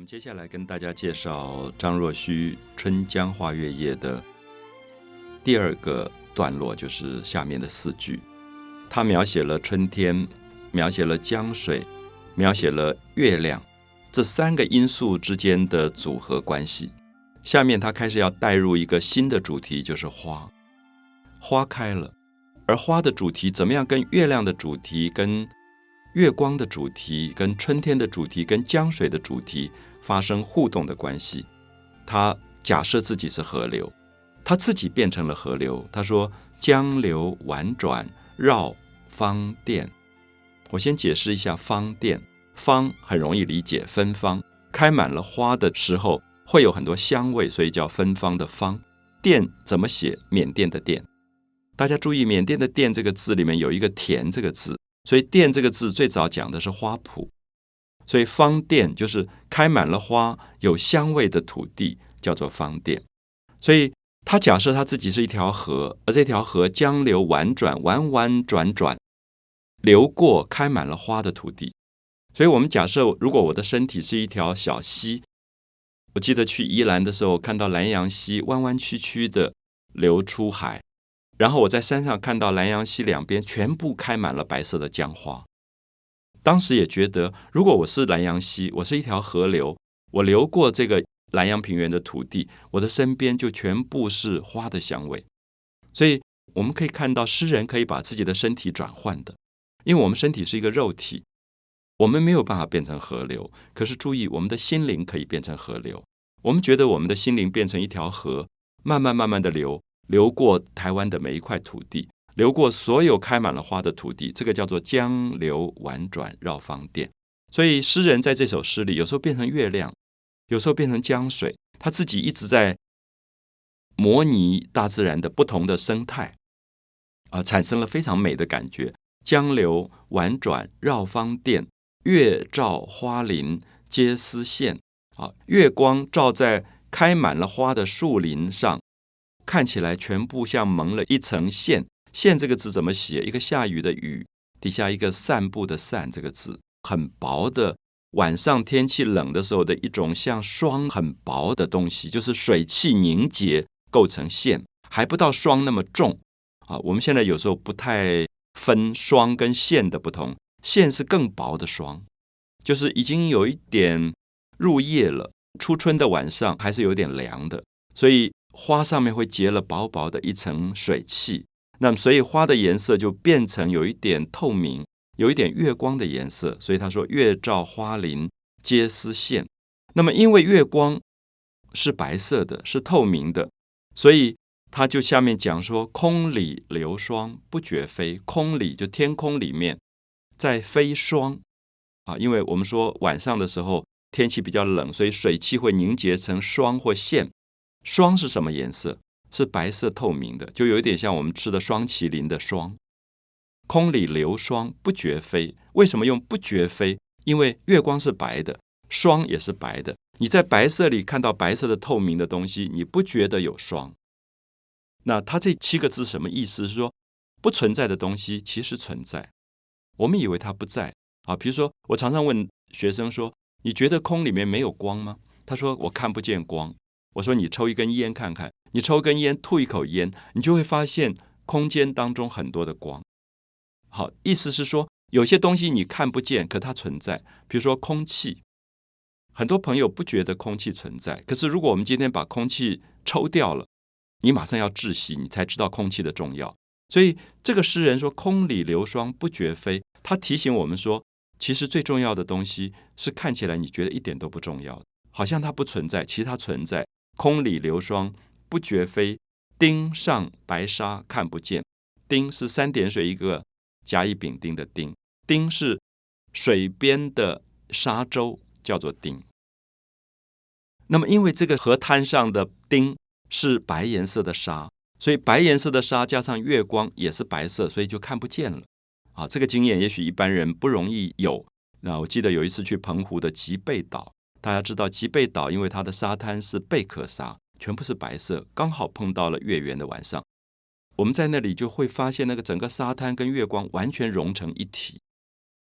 们接下来跟大家介绍张若虚《春江花月夜》的第二个段落，就是下面的4句。他描写了春天，描写了江水，描写了月亮，这3个因素之间的组合关系。下面他开始要带入一个新的主题，就是花。花开了，而花的主题怎么样跟月亮的主题、跟月光的主题、跟春天的主题、跟江水的主题发生互动的关系。他假设自己是河流，他自己变成了河流。他说江流婉转绕芳甸。我先解释一下芳甸。芳很容易理解，芬芳，开满了花的时候会有很多香味，所以叫芬芳的芳。甸怎么写？缅甸的甸。大家注意，缅甸的甸这个字里面有一个田这个字，所以甸这个字最早讲的是花圃，所以芳甸就是开满了花有香味的土地，叫做芳甸。所以他假设他自己是一条河，而这条河江流婉转，弯弯转转流过开满了花的土地。所以我们假设，如果我的身体是一条小溪，我记得去宜兰的时候看到兰阳溪弯弯曲曲的流出海，然后我在山上看到兰阳溪两边全部开满了白色的江花。当时也觉得，如果我是兰阳溪，我是一条河流，我流过这个兰阳平原的土地，我的身边就全部是花的香味。所以我们可以看到，诗人可以把自己的身体转换的，因为我们身体是一个肉体，我们没有办法变成河流，可是注意，我们的心灵可以变成河流。我们觉得我们的心灵变成一条河，慢慢的流过台湾的每一块土地，流过所有开满了花的土地，这个叫做江流婉转绕芳甸。所以诗人在这首诗里，有时候变成月亮，有时候变成江水，他自己一直在模拟大自然的不同的生态，产生了非常美的感觉。江流婉转绕芳甸，月照花林皆似线。月光照在开满了花的树林上，看起来全部像蒙了一层线。线这个字怎么写？一个下雨的雨，底下一个散步的散这个字，很薄的，晚上天气冷的时候的一种像霜很薄的东西，就是水汽凝结构成线，还不到霜那么重。我们现在有时候不太分霜跟线的不同，线是更薄的霜，就是已经有一点入夜了，初春的晚上还是有点凉的，所以花上面会结了薄薄的一层水汽，那么所以花的颜色就变成有一点透明，有一点月光的颜色。所以他说月照花林皆似线。那么因为月光是白色的，是透明的，所以他就下面讲说空里流霜不觉飞。空里就天空里面在飞霜，因为我们说晚上的时候天气比较冷，所以水汽会凝结成霜或线。霜是什么颜色？是白色透明的，就有一点像我们吃的霜淇淋的霜。空里流霜不觉飞。为什么用不觉飞？因为月光是白的，霜也是白的，你在白色里看到白色的透明的东西，你不觉得有霜。那他这7个字什么意思？是说不存在的东西其实存在，我们以为它不在。比如说我常常问学生说，你觉得空里面没有光吗？他说我看不见光。我说你抽一根烟看看，你抽一根烟吐一口烟，你就会发现空间当中很多的光。好，意思是说有些东西你看不见，可它存在。比如说空气，很多朋友不觉得空气存在，可是如果我们今天把空气抽掉了，你马上要窒息，你才知道空气的重要。所以这个诗人说空里流霜不觉飞，他提醒我们说，其实最重要的东西是看起来你觉得一点都不重要的，好像它不存在，其实它存在。空里流霜不觉飞，汀上白沙看不见。汀是3点水一个甲乙丙丁的丁，汀是水边的沙洲，叫做汀。那么因为这个河滩上的汀是白颜色的沙，所以白颜色的沙加上月光也是白色，所以就看不见了。这个经验也许一般人不容易有。那我记得有一次去澎湖的吉贝岛，大家知道吉贝岛因为它的沙滩是贝壳沙，全部是白色，刚好碰到了月圆的晚上，我们在那里就会发现那个整个沙滩跟月光完全融成一体。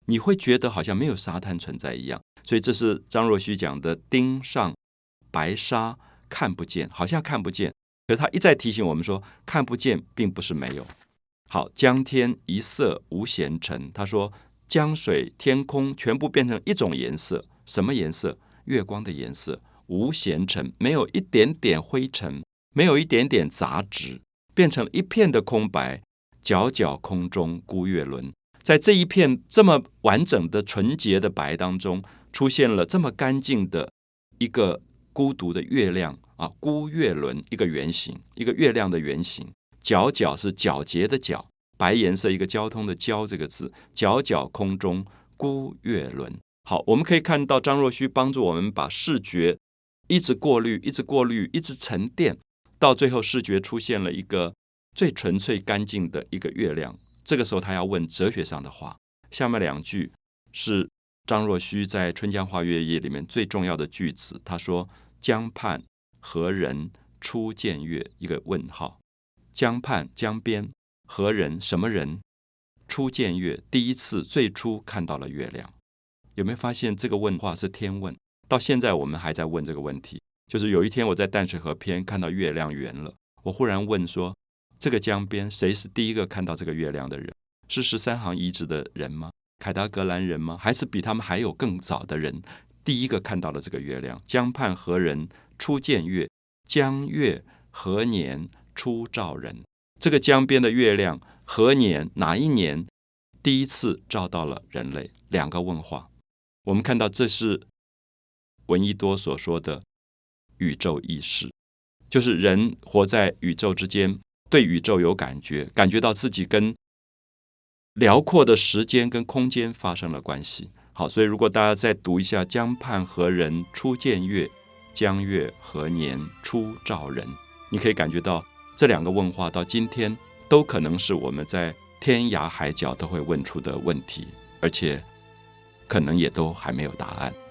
你会觉得好像没有沙滩存在一样。所以这是张若虚讲的钉上白沙看不见，好像看不见，可是他一再提醒我们说，看不见并不是没有。好，江天一色无闲尘，他说江水天空全部变成一种颜色，什么颜色？月光的颜色，无闲尘，没有一点点灰尘，没有一点点杂质，变成一片的空白。皎皎空中孤月轮，在这一片这么完整的纯洁的白当中，出现了这么干净的一个孤独的月亮啊，孤月轮，一个圆形，一个月亮的圆形。皎皎是皎洁的皎，白颜色一个交通的交这个字，皎皎空中孤月轮。好，我们可以看到张若虚帮助我们把视觉一直过滤，一直过滤，一直沉淀，到最后视觉出现了一个最纯粹干净的一个月亮。这个时候他要问哲学上的话，下面2句是张若虚在《春江花月夜》里面最重要的句子。他说江畔何人初见月，一个问号。江畔江边，何人什么人，初见月，第一次最初看到了月亮。有没有发现这个问话是天问？到现在我们还在问这个问题。就是有一天我在淡水河边看到月亮圆了，我忽然问说，这个江边谁是第一个看到这个月亮的人？是13行遗址的人吗？凯达格兰人吗？还是比他们还有更早的人第一个看到了这个月亮？江畔何人初见月，江月何年初照人。这个江边的月亮何年哪一年第一次照到了人类？2个问话。我们看到这是闻一多所说的宇宙意识，就是人活在宇宙之间，对宇宙有感觉，感觉到自己跟辽阔的时间跟空间发生了关系。好，所以如果大家再读一下江畔何人初见月，江月何年初照人，你可以感觉到这2个问话到今天都可能是我们在天涯海角都会问出的问题，而且可能也都还没有答案。